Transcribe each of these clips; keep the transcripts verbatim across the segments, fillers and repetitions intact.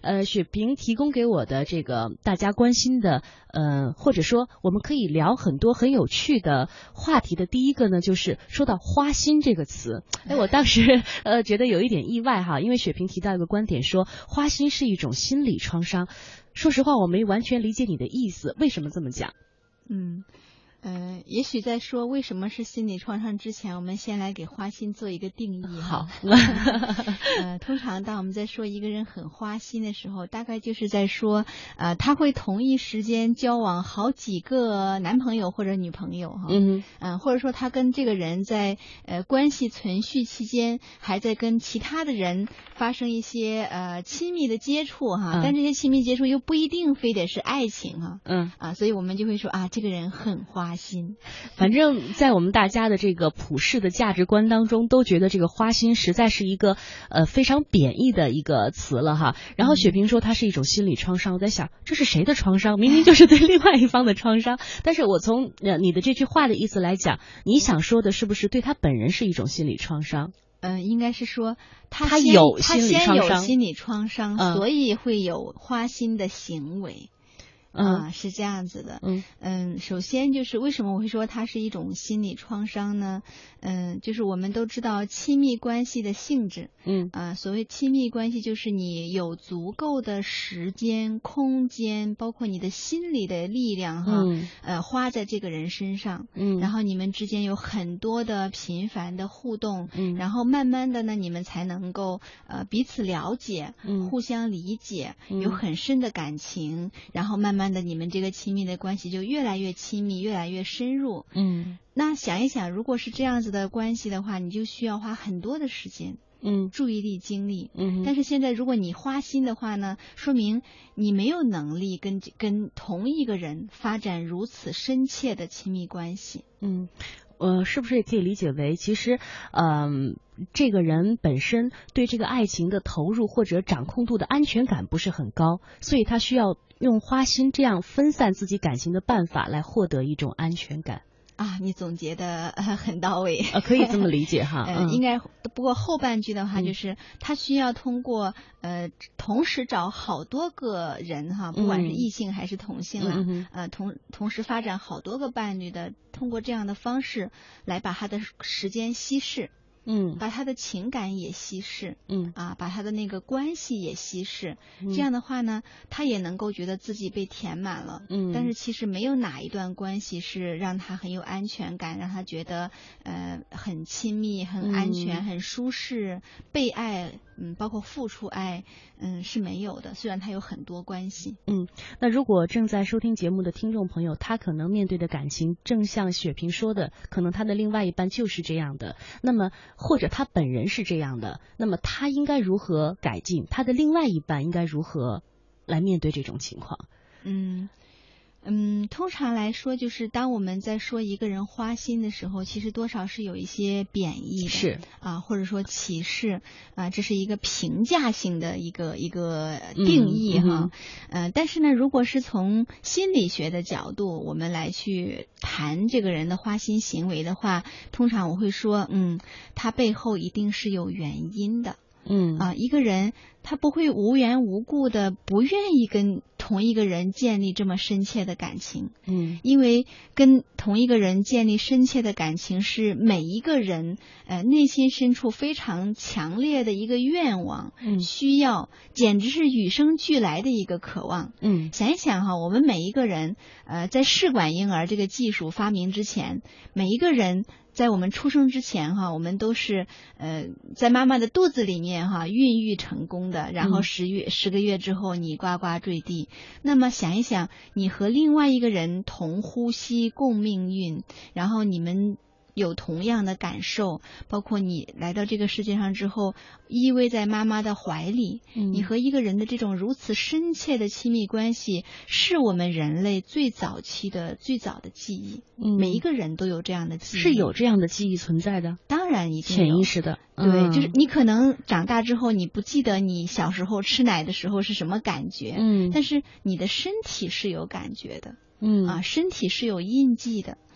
呃，雪萍提供给我的这个大家关心的，呃，或者说我们可以聊很多很有趣的话题的。第一个呢，就是说到花心这个词，哎，我当时呃觉得有一点意外哈，因为雪萍提到一个观点说，花心是一种心理创伤。说实话，我没完全理解你的意思，为什么这么讲？ 嗯。呃，也许在说为什么是心理创伤之前，我们先来给花心做一个定义。 好， 呃，通常当我们在说一个人很花心的时候，大概就是在说，呃，他会同一时间交往好几个男朋友或者女朋友哈， 嗯嗯、 呃，或者说他跟这个人在呃关系存续期间，还在跟其他的人发生一些呃亲密的接触哈，嗯、但这些亲密接触又不一定非得是爱情哈，嗯啊，所以我们就会说啊，这个人很花心。 反正在我们大家的这个普世的价值观当中，都觉得这个花心实在是一个呃非常贬义的一个词了哈。然后雪萍说它是一种心理创伤，我在想这是谁的创伤？明明就是对另外一方的创伤。但是我从呃你的这句话的意思来讲，你想说的是不是对他本人是一种心理创伤？ 嗯、呃，应该是说他他有心理创伤， 他先有心理创伤，嗯、所以会有花心的行为。啊，是这样子的。嗯嗯，首先就是为什么我会说它是一种心理创伤呢？嗯，就是我们都知道亲密关系的性质。嗯啊，所谓亲密关系，就是你有足够的时间、空间，包括你的心理的力量哈，嗯、呃，花在这个人身上。嗯，然后你们之间有很多的频繁的互动。嗯，然后慢慢的呢，你们才能够呃彼此了解，嗯，互相理解，嗯、有很深的感情，然后慢慢。慢慢的，你们这个亲密的关系就越来越亲密，越来越深入。嗯，那想一想，如果是这样子的关系的话，你就需要花很多的时间，嗯，注意力、精力。嗯，但是现在如果你花心的话呢，说明你没有能力跟跟同一个人发展如此深切的亲密关系。嗯。 呃，是不是也可以理解为，其实，嗯、呃，这个人本身对这个爱情的投入或者掌控度的安全感不是很高，所以他需要用花心这样分散自己感情的办法来获得一种安全感。 啊，你总结的、呃、很到位啊，可以这么理解哈。 呃，应该不过后半句的话就是，他需要通过呃同时找好多个人哈，不管是异性还是同性啦，嗯、呃同同时发展好多个伴侣的，通过这样的方式来把他的时间稀释。嗯，把他的情感也稀释，嗯啊，把他的那个关系也稀释，嗯、这样的话呢，他也能够觉得自己被填满了，嗯，但是其实没有哪一段关系是让他很有安全感，让他觉得呃很亲密、很安全、嗯、很舒适、被爱，嗯，包括付出爱，嗯是没有的。虽然他有很多关系， 嗯，那如果正在收听节目的听众朋友，他可能面对的感情，正像雪萍说的，可能他的另外一半就是这样的，那么。或者他本人是这样的，那么他应该如何改进？他的另外一半应该如何来面对这种情况？ 嗯嗯，通常来说，就是当我们在说一个人花心的时候，其实多少是有一些贬义的， 是啊，或者说歧视啊，这是一个评价性的一个一个定义哈。嗯，嗯呃，但是呢，如果是从心理学的角度，我们来去谈这个人的花心行为的话，通常我会说，嗯，他背后一定是有原因的。嗯啊，一个人他不会无缘无故的不愿意跟同一个人建立这么深切的感情，嗯，因为跟同一个人建立深切的感情是每一个人呃内心深处非常强烈的一个愿望，嗯，需要，简直是与生俱来的一个渴望，嗯，想一想哈，我们每一个人呃在试管婴儿这个技术发明之前，每一个人。在我们出生之前哈，我们都是呃在妈妈的肚子里面哈孕育成功的，然后十月、嗯、十个月之后你呱呱坠地。那么想一想，你和另外一个人同呼吸共命运，然后你们有同样的感受，包括你来到这个世界上之后依偎在妈妈的怀里，嗯，你和一个人的这种如此深切的亲密关系是我们人类最早期的最早的记忆，嗯，每一个人都有这样的记忆， 是有这样的记忆存在的， 当然一定有潜意识的， 对，嗯，就是你可能长大之后你不记得你小时候吃奶的时候是什么感觉，嗯，但是你的身体是有感觉的，嗯啊，身体是有印记的。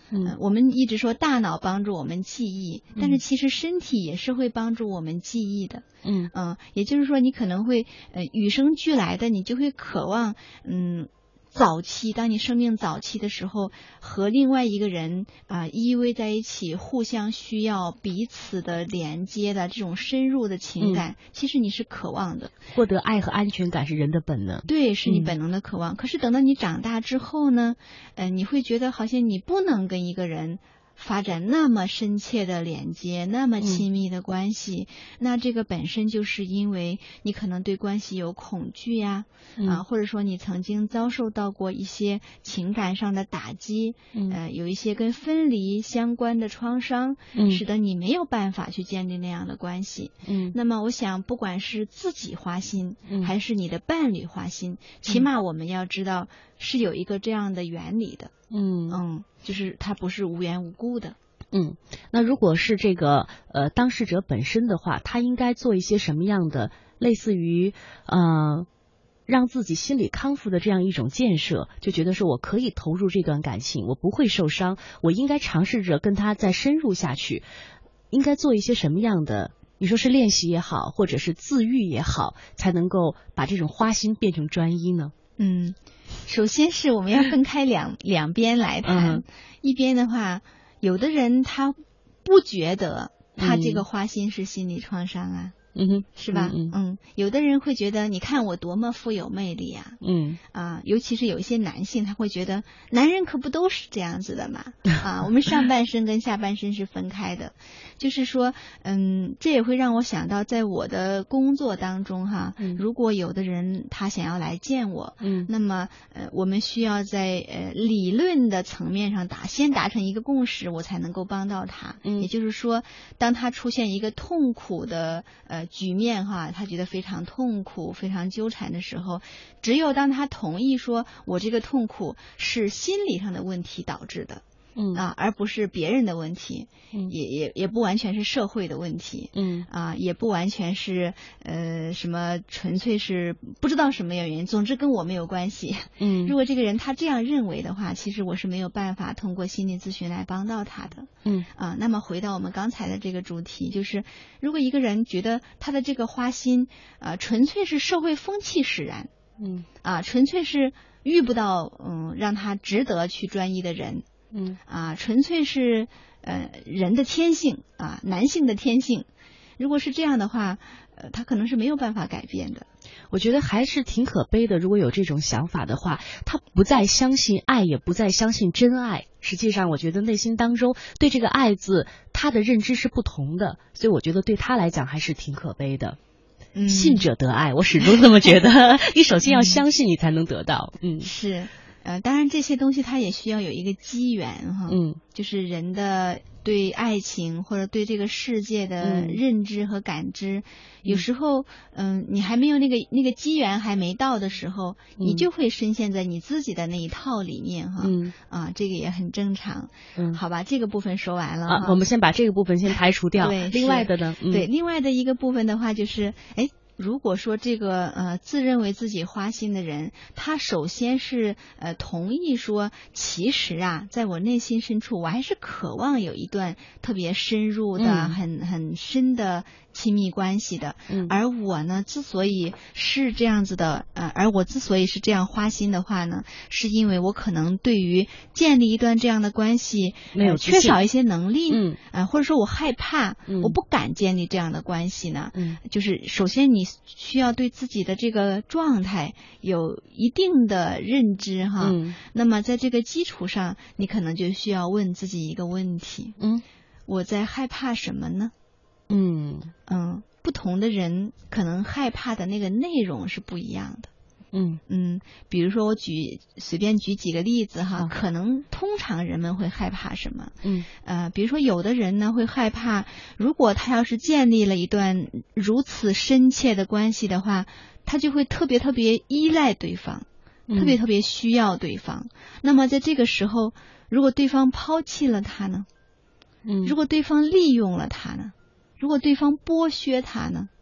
嗯、 呃，我们一直说大脑帮助我们记忆，但是其实身体也是会帮助我们记忆的。 嗯嗯、呃，也就是说你可能会呃与生俱来的，你就会渴望嗯。早期，当你生命早期的时候，和另外一个人啊、呃、依偎在一起，互相需要彼此的连接的这种深入的情感，嗯、其实你是渴望的。 获得爱和安全感是人的本能， 对，是你本能的渴望。嗯、可是等到你长大之后呢，呃，你会觉得好像你不能跟一个人发展那么深切的连接，那么亲密的关系，嗯、那这个本身就是因为你可能对关系有恐惧呀， 嗯、 啊，或者说你曾经遭受到过一些情感上的打击， 嗯、 呃，有一些跟分离相关的创伤， 嗯、 使得你没有办法去建立那样的关系。 嗯， 那么我想，不管是自己花心， 嗯、 还是你的伴侣花心，起码我们要知道是有一个这样的原理的。 嗯嗯，就是它不是无缘无故的。 嗯，那如果是这个呃当事者本身的话，他应该做一些什么样的类似于呃让自己心理康复的这样一种建设，就觉得说我可以投入这段感情，我不会受伤，我应该尝试着跟他再深入下去，应该做一些什么样的？你说是练习也好，或者是自愈也好，才能够把这种花心变成专一呢？ 嗯，首先是我们要分开两两边来谈， 嗯、 一边的话，有的人他不觉得他这个花心是心理创伤啊。 嗯哼， 是吧？ 嗯, 嗯, 嗯，有的人会觉得，你看我多么富有魅力啊！ 嗯啊，尤其是有一些男性，他会觉得，男人可不都是这样子的嘛？啊，我们上半身跟下半身是分开的，就是说，嗯，这也会让我想到，在我的工作当中哈， 嗯、 如果有的人他想要来见我， 嗯， 那么呃，我们需要在呃理论的层面上达先达成一个共识，我才能够帮到他。 嗯， 也就是说，当他出现一个痛苦的呃。局面哈，他觉得非常痛苦、非常纠缠的时候，只有当他同意说我这个痛苦是心理上的问题导致的， 嗯啊，而不是别人的问题， 嗯， 也也也不完全是社会的问题， 嗯啊，也不完全是呃什么纯粹是不知道什么原因，总之跟我没有关系。 嗯， 如果这个人他这样认为的话，其实我是没有办法通过心理咨询来帮到他的。 嗯啊，那么回到我们刚才的这个主题，就是如果一个人觉得他的这个花心啊，纯粹是社会风气使然， 嗯啊，纯粹是遇不到嗯让他值得去专一的人。 嗯啊，纯粹是呃人的天性啊，男性的天性。如果是这样的话，呃，他可能是没有办法改变的。 我觉得还是挺可悲的。如果有这种想法的话，他不再相信爱，也不再相信真爱。实际上，我觉得内心当中对这个爱字，他的认知是不同的，所以我觉得对他来讲还是挺可悲的。 嗯， 信者得爱，我始终这么觉得。你首先要相信，你才能得到。嗯， 是。呃，当然这些东西它也需要有一个机缘哈， 嗯， 就是人的对爱情或者对这个世界的认知和感知，嗯、有时候，嗯、呃，你还没有那个那个机缘还没到的时候，嗯、你就会深陷在你自己的那一套里面哈， 嗯， 啊，这个也很正常， 嗯， 好吧，这个部分说完了啊，我们先把这个部分先排除掉， 对， 另外的呢， 嗯、对，另外的一个部分的话就是，哎。如果说这个呃自认为自己花心的人，他首先是呃同意说，其实啊，在我内心深处，我还是渴望有一段特别深入的、嗯、很很深的亲密关系的。 嗯， 而我呢，之所以是这样子的，呃，而我之所以是这样花心的话呢，是因为我可能对于建立一段这样的关系没有、呃、 缺少一些能力， 嗯， 啊、呃，或者说我害怕、 嗯， 我不敢建立这样的关系呢。 嗯， 就是首先你需要对自己的这个状态有一定的认知哈， 嗯， 那么在这个基础上，你可能就需要问自己一个问题， 嗯， 我在害怕什么呢？ 嗯嗯，不同的人可能害怕的那个内容是不一样的。 嗯嗯，比如说我举随便举几个例子哈， 啊、 可能通常人们会害怕什么？ 嗯呃，比如说有的人呢会害怕，如果他要是建立了一段如此深切的关系的话，他就会特别特别依赖对方， 嗯、 特别特别需要对方。那么在这个时候，如果对方抛弃了他呢？ 嗯， 如果对方利用了他呢？如果对方剥削他呢？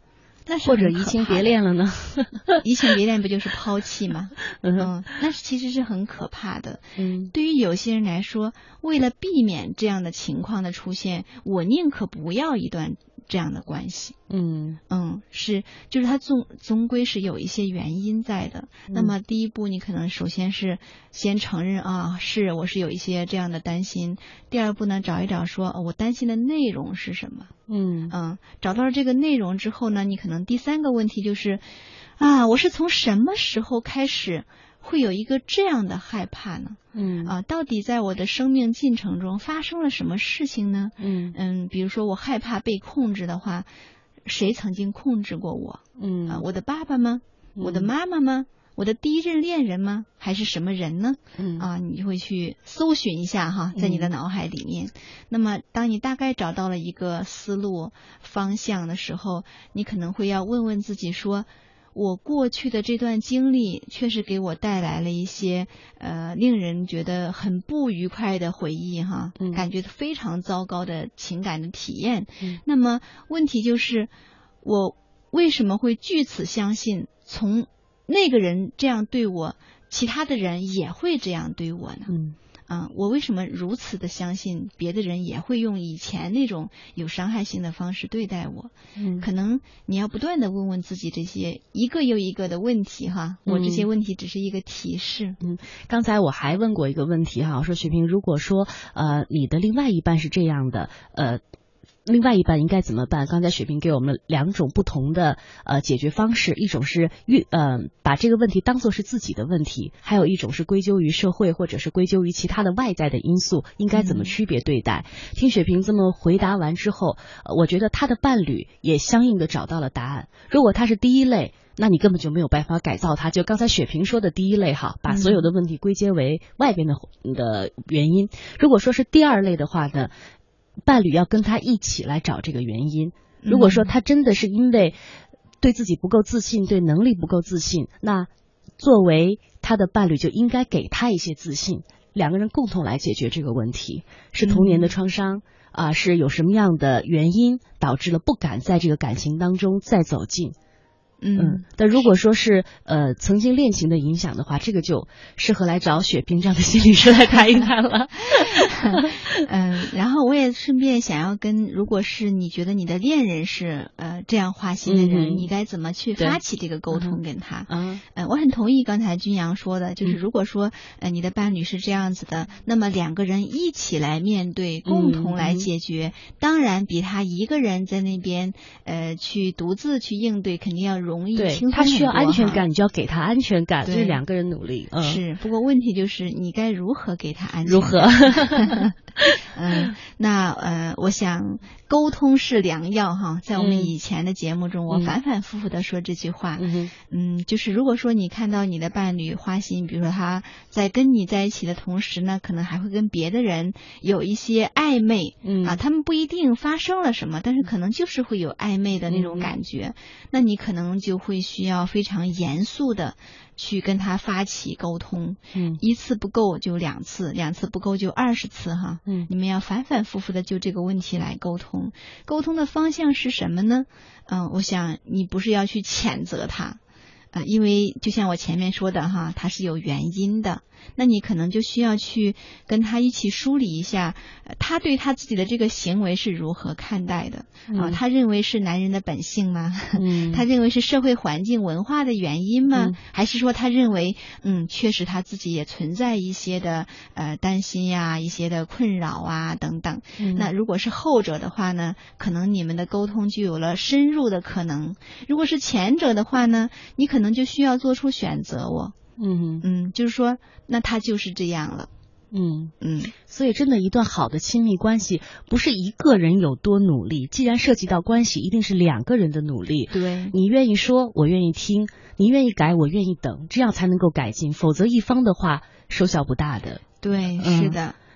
那是或者移情别恋了呢？ 移情别恋不就是抛弃吗？ 嗯, 嗯，那其实是很可怕的。 嗯， 对于有些人来说，为了避免这样的情况的出现，我宁可不要一段这样的关系。 嗯嗯，是，就是它终终归是有一些原因在的。 嗯、 那么第一步，你可能首先是先承认啊，是我是有一些这样的担心。第二步呢，找一找说、哦、我担心的内容是什么。 嗯嗯，找到了这个内容之后呢，你可能第三个问题就是啊，我是从什么时候开始会有一个这样的害怕呢？ 嗯啊，到底在我的生命进程中发生了什么事情呢？ 嗯嗯，比如说我害怕被控制的话，谁曾经控制过我？ 嗯啊，我的爸爸吗？ 嗯、 我的妈妈吗？我的第一任恋人吗？还是什么人呢？ 嗯啊，你就会去搜寻一下哈，在你的脑海里面。嗯、那么，当你大概找到了一个思路方向的时候，你可能会要问问自己说，我过去的这段经历确实给我带来了一些呃令人觉得很不愉快的回忆哈， 嗯、 感觉非常糟糕的情感的体验。 嗯、 那么问题就是，我为什么会据此相信从那个人这样对我，其他的人也会这样对我呢？ 嗯啊，我为什么如此的相信别的人也会用以前那种有伤害性的方式对待我？ 嗯， 可能你要不断的问问自己这些一个又一个的问题哈。我这些问题只是一个提示。 嗯，刚才我还问过一个问题哈，我说雪萍，如果说呃你的另外一半是这样的，呃。另外一半应该怎么办？刚才雪萍给我们两种不同的呃解决方式，一种是越呃把这个问题当作是自己的问题，还有一种是归咎于社会或者是归咎于其他的外在的因素，应该怎么区别对待？嗯、听雪萍这么回答完之后，呃、我觉得他的伴侣也相应的找到了答案。如果他是第一类，那你根本就没有办法改造他，就刚才雪萍说的第一类哈，把所有的问题归结为外边的的原因。如果说是第二类的话呢？伴侣要跟他一起来找这个原因。如果说他真的是因为对自己不够自信，对能力不够自信，那作为他的伴侣就应该给他一些自信，两个人共同来解决这个问题。是童年的创伤啊、呃，是有什么样的原因导致了不敢在这个感情当中再走近。嗯，但如果说是呃曾经恋情的影响的话，这个就适合来找雪萍这样的心理师来谈一谈了。 嗯，然后我也顺便想要跟，如果是你觉得你的恋人是呃这样花心的人，嗯、你该怎么去发起这个沟通跟他？嗯，呃，我很同意刚才君阳说的，就是如果说呃你的伴侣是这样子的，那么两个人一起来面对，共同来解决，嗯、当然比他一个人在那边呃去独自去应对肯定要容易轻松很多。 他需要安全感，你就要给他安全感，就是两个人努力。嗯、 是，不过问题就是你该如何给他安全感？ 如何？ 嗯，那呃，我想沟通是良药哈，在我们以前的节目中，嗯、我反反复复的说这句话。嗯, 嗯，就是如果说你看到你的伴侣花心，比如说他在跟你在一起的同时呢，可能还会跟别的人有一些暧昧，嗯啊，他们不一定发生了什么，但是可能就是会有暧昧的那种感觉，嗯、那你可能就会需要非常严肃的去跟他发起沟通，嗯，一次不够就两次，两次不够就二十次哈，嗯，你们要反反复复的就这个问题来沟通，沟通的方向是什么呢？嗯、呃，我想你不是要去谴责他，呃，因为就像我前面说的哈，他是有原因的。那你可能就需要去跟他一起梳理一下，呃、他对他自己的这个行为是如何看待的啊、呃？他认为是男人的本性吗？嗯、他认为是社会环境文化的原因吗？嗯、还是说他认为，嗯，确实他自己也存在一些的呃担心呀、一些的困扰啊等等。嗯、那如果是后者的话呢，可能你们的沟通就有了深入的可能；如果是前者的话呢，你可能就需要做出选择哦。嗯嗯，就是说，那他就是这样了。嗯嗯， 所以真的一段好的亲密关系，不是一个人有多努力，既然涉及到关系，一定是两个人的努力。 对， 你愿意说，我愿意听；你愿意改，我愿意等，这样才能够改进。否则一方的话，收效不大的。 对，是的。嗯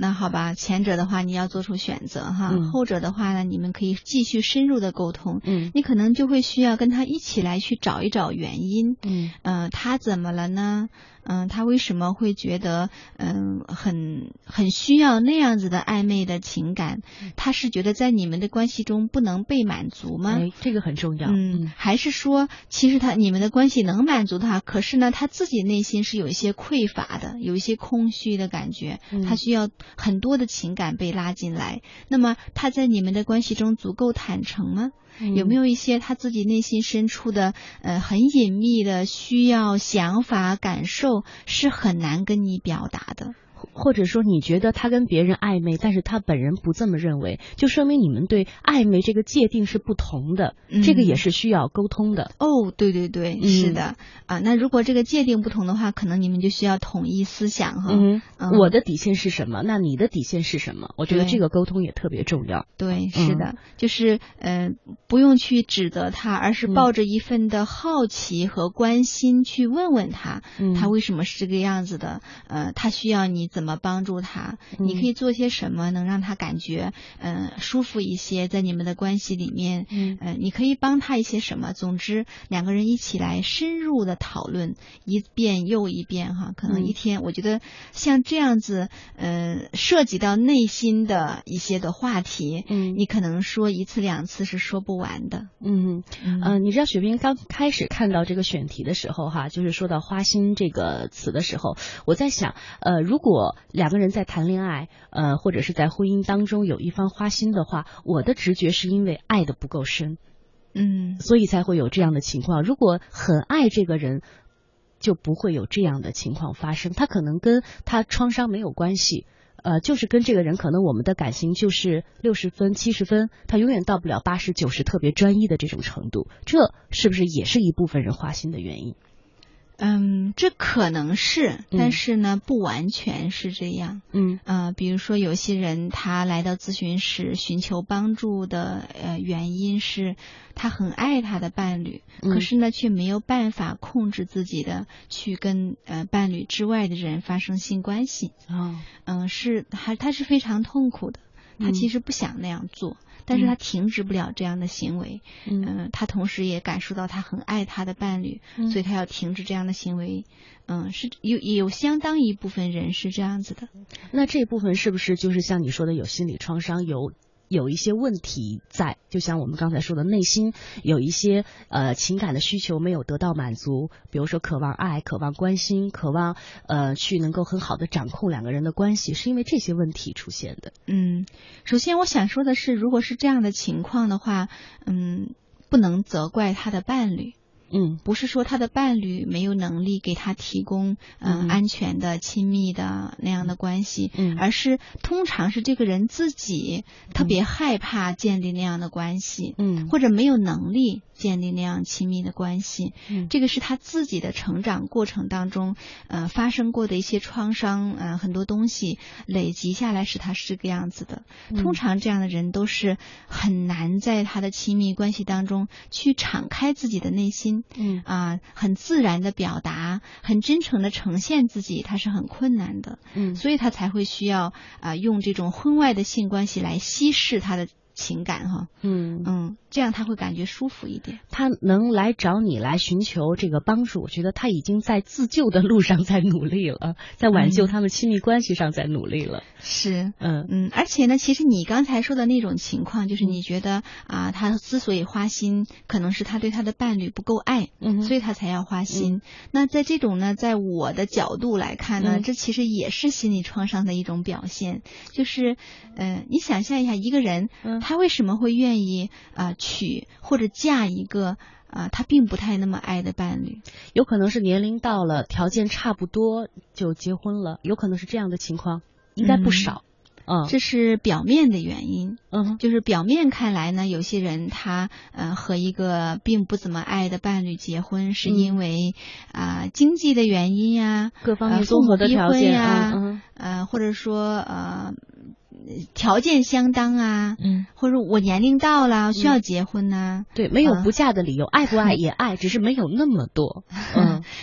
那好吧，前者的话你要做出选择哈， 嗯、 后者的话呢，你们可以继续深入的沟通。 嗯， 你可能就会需要跟他一起来去找一找原因。 嗯， 呃，他怎么了呢？嗯、呃，他为什么会觉得嗯、呃、很很需要那样子的暧昧的情感？他是觉得在你们的关系中不能被满足吗？ 哎，这个很重要。 嗯，嗯还是说其实他你们的关系能满足他，可是呢他自己内心是有一些匮乏的，有一些空虚的感觉， 嗯、 他需要很多的情感被拉进来。那么他在你们的关系中足够坦诚吗？ 嗯、 有没有一些他自己内心深处的呃很隐秘的需要、想法、感受是很难跟你表达的？ 或者说你觉得他跟别人暧昧，但是他本人不这么认为，就说明你们对暧昧这个界定是不同的， 嗯、 这个也是需要沟通的。 哦，对对对， 嗯、 是的啊。那如果这个界定不同的话，可能你们就需要统一思想哈。 嗯， 嗯我的底线是什么？那你的底线是什么？我觉得这个沟通也特别重要。 对，是的，嗯、就是呃，不用去指责他，而是抱着一份的好奇和关心去问问他， 嗯、 他为什么是这个样子的？呃，他需要你怎么帮助他？ 嗯、 你可以做些什么能让他感觉嗯、呃、舒服一些，在你们的关系里面， 嗯呃，你可以帮他一些什么？总之，两个人一起来深入的讨论一遍又一遍哈，可能一天，嗯、我觉得像这样子，呃，涉及到内心的一些的话题， 嗯， 你可能说一次两次是说不完的。 嗯嗯、呃，你知道雪冰刚开始看到这个选题的时候哈，就是说到花心这个词的时候，我在想，呃，如果两个人在谈恋爱，呃，或者是在婚姻当中有一方花心的话，我的直觉是因为爱的不够深， 嗯， 所以才会有这样的情况。如果很爱这个人，就不会有这样的情况发生。他可能跟他创伤没有关系，呃，就是跟这个人可能我们的感情就是六十分、七十分，他永远到不了八十、九十，特别专一的这种程度。这是不是也是一部分人花心的原因？ 嗯，这可能是，但是呢，嗯、不完全是这样。 嗯， 呃，比如说有些人他来到咨询室寻求帮助的呃原因是他很爱他的伴侣， 嗯、 可是呢却没有办法控制自己的去跟呃伴侣之外的人发生性关系。 哦， 嗯、呃，是还他是非常痛苦的，他其实不想那样做。嗯，但是他停止不了这样的行为，嗯、呃，他同时也感受到他很爱他的伴侣， 嗯、 所以他要停止这样的行为，嗯、呃，是有有相当一部分人是这样子的。 那这部分是不是就是像你说的有心理创伤，有有一些问题在，就像我们刚才说的，内心有一些呃情感的需求没有得到满足，比如说渴望爱、渴望关心、渴望呃去能够很好的掌控两个人的关系，是因为这些问题出现的。 嗯，首先我想说的是，如果是这样的情况的话，嗯，不能责怪他的伴侣。 嗯， 不是说他的伴侣没有能力给他提供嗯、呃、安全的、亲密的那样的关系， 嗯， 而是通常是这个人自己特别害怕建立那样的关系， 嗯， 或者没有能力建立那样亲密的关系， 嗯， 这个是他自己的成长过程当中呃发生过的一些创伤，呃很多东西累积下来使他是这个样子的。 嗯、 通常这样的人都是很难在他的亲密关系当中去敞开自己的内心。 嗯啊，很自然的表达，很真诚的呈现自己，他是很困难的。 嗯， 所以他才会需要啊用这种婚外的性关系来稀释他的情感哈。 嗯嗯，这样他会感觉舒服一点。 他能来找你来寻求这个帮助，我觉得他已经在自救的路上在努力了，在挽救他们亲密关系上在努力了。 是， 嗯嗯，而且呢，其实你刚才说的那种情况，就是你觉得啊，他之所以花心，可能是他对他的伴侣不够爱， 嗯， 所以他才要花心。嗯、那在这种呢，在我的角度来看呢， 嗯、 这其实也是心理创伤的一种表现。就是，呃，你想象一下，一个人， 嗯、 他为什么会愿意啊、呃、娶或者嫁一个啊、呃、他并不太那么爱的伴侣？ 有可能是年龄到了，条件差不多就结婚了，有可能是这样的情况。应该不少， 嗯，这是表面的原因， 嗯， 就是表面看来呢，有些人他呃和一个并不怎么爱的伴侣结婚，是因为啊、嗯呃、经济的原因呀， 各方面综合的条件呀， 嗯呃或者说呃条件相当啊， 嗯， 或者我年龄到了需要结婚呐、啊嗯，对，没有不嫁的理由，呃、爱不爱也爱，只是没有那么多，嗯，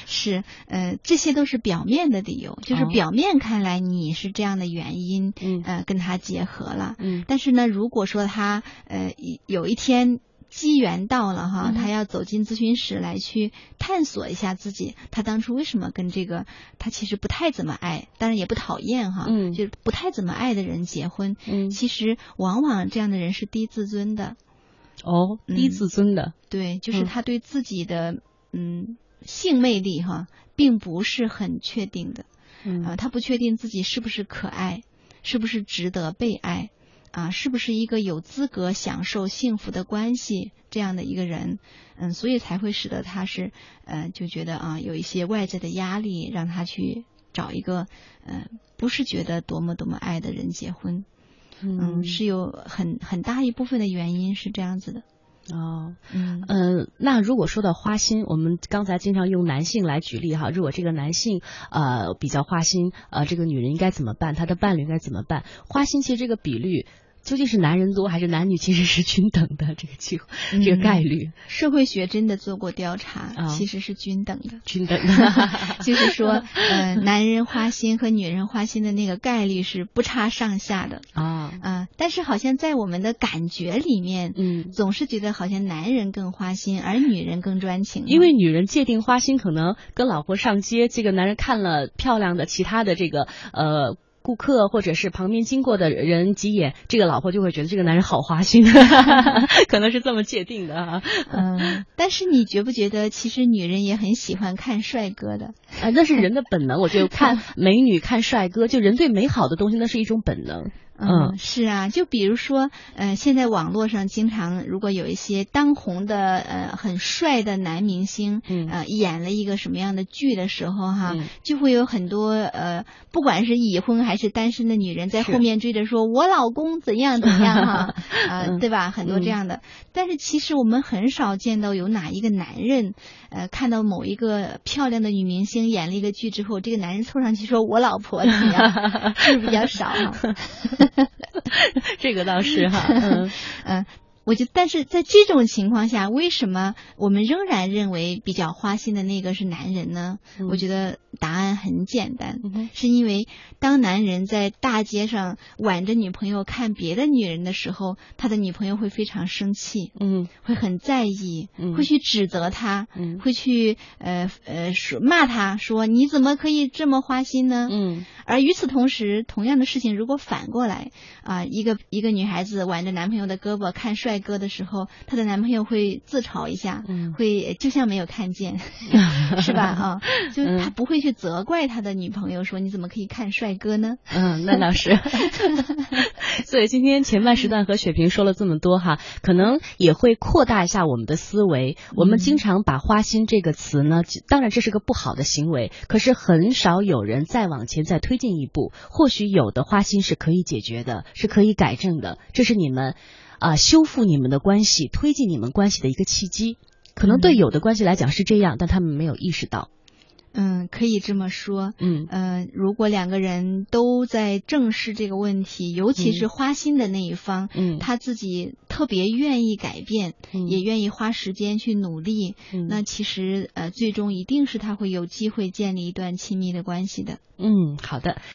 是，呃，这些都是表面的理由，就是表面看来你是这样的原因， 嗯、 呃，跟他结合了。 嗯， 但是呢，如果说他呃有一天机缘到了哈，他要走进咨询室来去探索一下自己，他当初为什么跟这个他其实不太怎么爱，当然也不讨厌哈， 嗯， 就是不太怎么爱的人结婚， 嗯， 其实往往这样的人是低自尊的。 哦，低自尊的， 嗯、对，就是他对自己的嗯性魅力哈，并不是很确定的， 嗯、 呃，他不确定自己是不是可爱，是不是值得被爱。啊，是不是一个有资格享受幸福的关系这样的一个人？嗯，所以才会使得他是呃就觉得啊有一些外在的压力，让他去找一个呃不是觉得多么多么爱的人结婚。 嗯， 嗯是有很很大一部分的原因是这样子的。 哦， 嗯呃，那如果说到花心，我们刚才经常用男性来举例哈，如果这个男性呃比较花心，呃，这个女人应该怎么办？他的伴侣应该怎么办？花心其实这个比率究竟是男人多还是男女其实是均等的？这个机会，嗯、这个概率， 社会学真的做过调查， 哦、 其实是均等的， 均等的， 就是说，呃，男人花心和女人花心的那个概率是不差上下的啊啊、 呃！但是好像在我们的感觉里面， 嗯， 总是觉得好像男人更花心，而女人更专情。 因为女人界定花心，可能跟老婆上街，这个男人看了漂亮的其他的这个呃。顾客或者是旁边经过的人几眼，这个老婆就会觉得这个男人好花心，可能是这么界定的哈。 嗯，但是你觉不觉得，其实女人也很喜欢看帅哥的？ 啊，那是人的本能。我觉得看美女、看帅哥，就人对美好的东西，那是一种本能。 嗯，是啊，就比如说，呃，现在网络上经常如果有一些当红的呃很帅的男明星， 嗯， 呃，演了一个什么样的剧的时候哈， 嗯、 就会有很多呃，不管是已婚还是单身的女人在后面追着说，我老公怎样怎样哈，啊、呃，对吧？很多这样的。嗯、但是其实我们很少见到有哪一个男人，呃，看到某一个漂亮的女明星演了一个剧之后，这个男人凑上去说我老婆怎么样，是不是比较少哈？ 这个倒是哈，嗯嗯，我觉得，但是在这种情况下，为什么我们仍然认为比较花心的那个是男人呢？ 嗯、 我觉得答案很简单， 嗯、 是因为当男人在大街上挽着女朋友看别的女人的时候，他的女朋友会非常生气， 嗯， 会很在意， 嗯、 会去指责他， 嗯、 会去呃呃说骂他，说你怎么可以这么花心呢？ 嗯， 而与此同时，同样的事情如果反过来啊、呃，一个一个女孩子挽着男朋友的胳膊看帅哥的时候，她的男朋友会自嘲一下， 嗯、会就像没有看见，是吧？啊，就他不会去责怪他的女朋友说你怎么可以看帅哥呢？ 嗯，那倒是。所以今天前半时段和雪萍说了这么多哈，可能也会扩大一下我们的思维。我们经常把花心这个词呢，当然这是个不好的行为，可是很少有人再往前再推进一步。或许有的花心是可以解决的，是可以改正的，这是你们啊、呃、修复你们的关系、推进你们关系的一个契机。可能对有的关系来讲是这样，但他们没有意识到。 嗯，可以这么说。 嗯， 呃，如果两个人都在正视这个问题，尤其是花心的那一方， 嗯， 他自己特别愿意改变， 嗯、 也愿意花时间去努力， 嗯、 那其实呃，最终一定是他会有机会建立一段亲密的关系的。 嗯，好的。